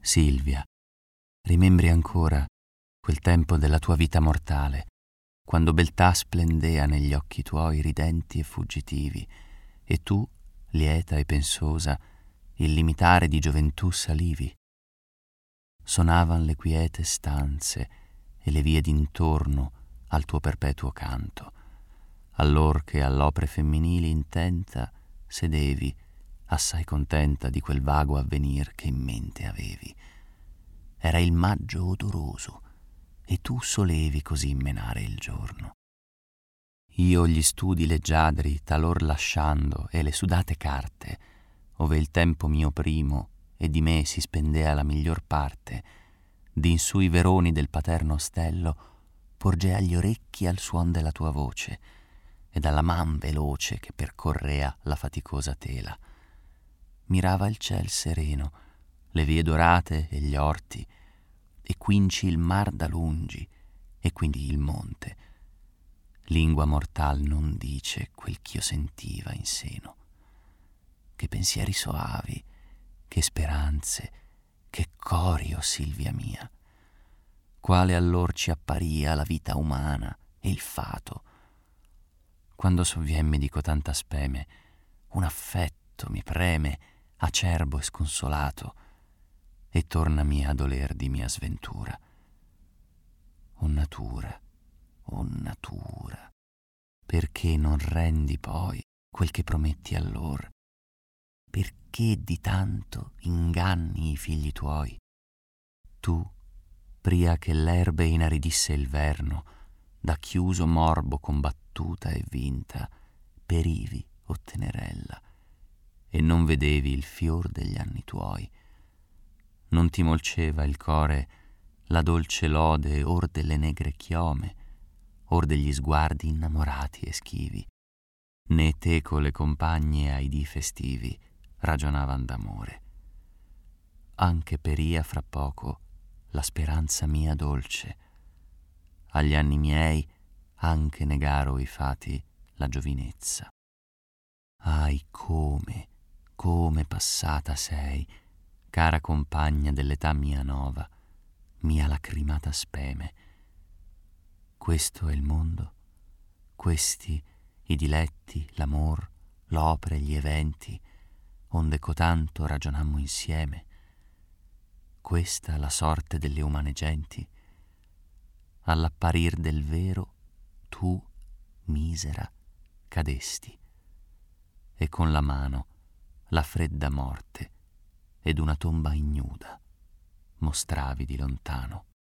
Silvia, rimembri ancora quel tempo della tua vita mortale, quando beltà splendea negli occhi tuoi ridenti e fuggitivi, e tu, lieta e pensosa, il limitare di gioventù salivi. Sonavan le quiete stanze e le vie d'intorno al tuo perpetuo canto, allor che all'opre femminili intenta sedevi, assai contenta di quel vago avvenir che in mente avevi. Era il maggio odoroso e tu solevi così menare il giorno. Io gli studi leggiadri talor lasciando e le sudate carte, ove il tempo mio primo e di me si spendea la miglior parte, d'in sui veroni del paterno ostello porgea gli orecchi al suon della tua voce e dalla man veloce che percorrea la faticosa tela. Mirava il ciel sereno, le vie dorate e gli orti, e quinci il mar da lungi, e quindi il monte. Lingua mortal non dice quel ch'io sentiva in seno. Che pensieri soavi, che speranze, che cori, o Silvia mia! Quale allor ci apparia la vita umana e il fato. Quando sovviemmi di cotanta speme, un affetto mi preme, acerbo e sconsolato, e tornami a doler di mia sventura. O natura, perché non rendi poi quel che prometti allor? Perché di tanto inganni i figli tuoi? Tu, pria che l'erbe inaridisse il verno, da chiuso morbo combattuta e vinta, perivi, o tenerella, e non vedevi il fior degli anni tuoi. Non ti molceva il core la dolce lode or delle negre chiome, or degli sguardi innamorati e schivi, né teco le compagne ai dì festivi ragionavan d'amore. Anche peria fra poco la speranza mia dolce, agli anni miei anche negaro i fati la giovinezza. Ahi, come passata sei, cara compagna dell'età mia nova, mia lacrimata speme. Questo è il mondo, questi i diletti, l'amor, l'opere, gli eventi, onde cotanto ragionammo insieme. Questa la sorte delle umane genti. All'apparir del vero, tu, misera, cadesti, e con la mano la fredda morte ed una tomba ignuda mostravi di lontano.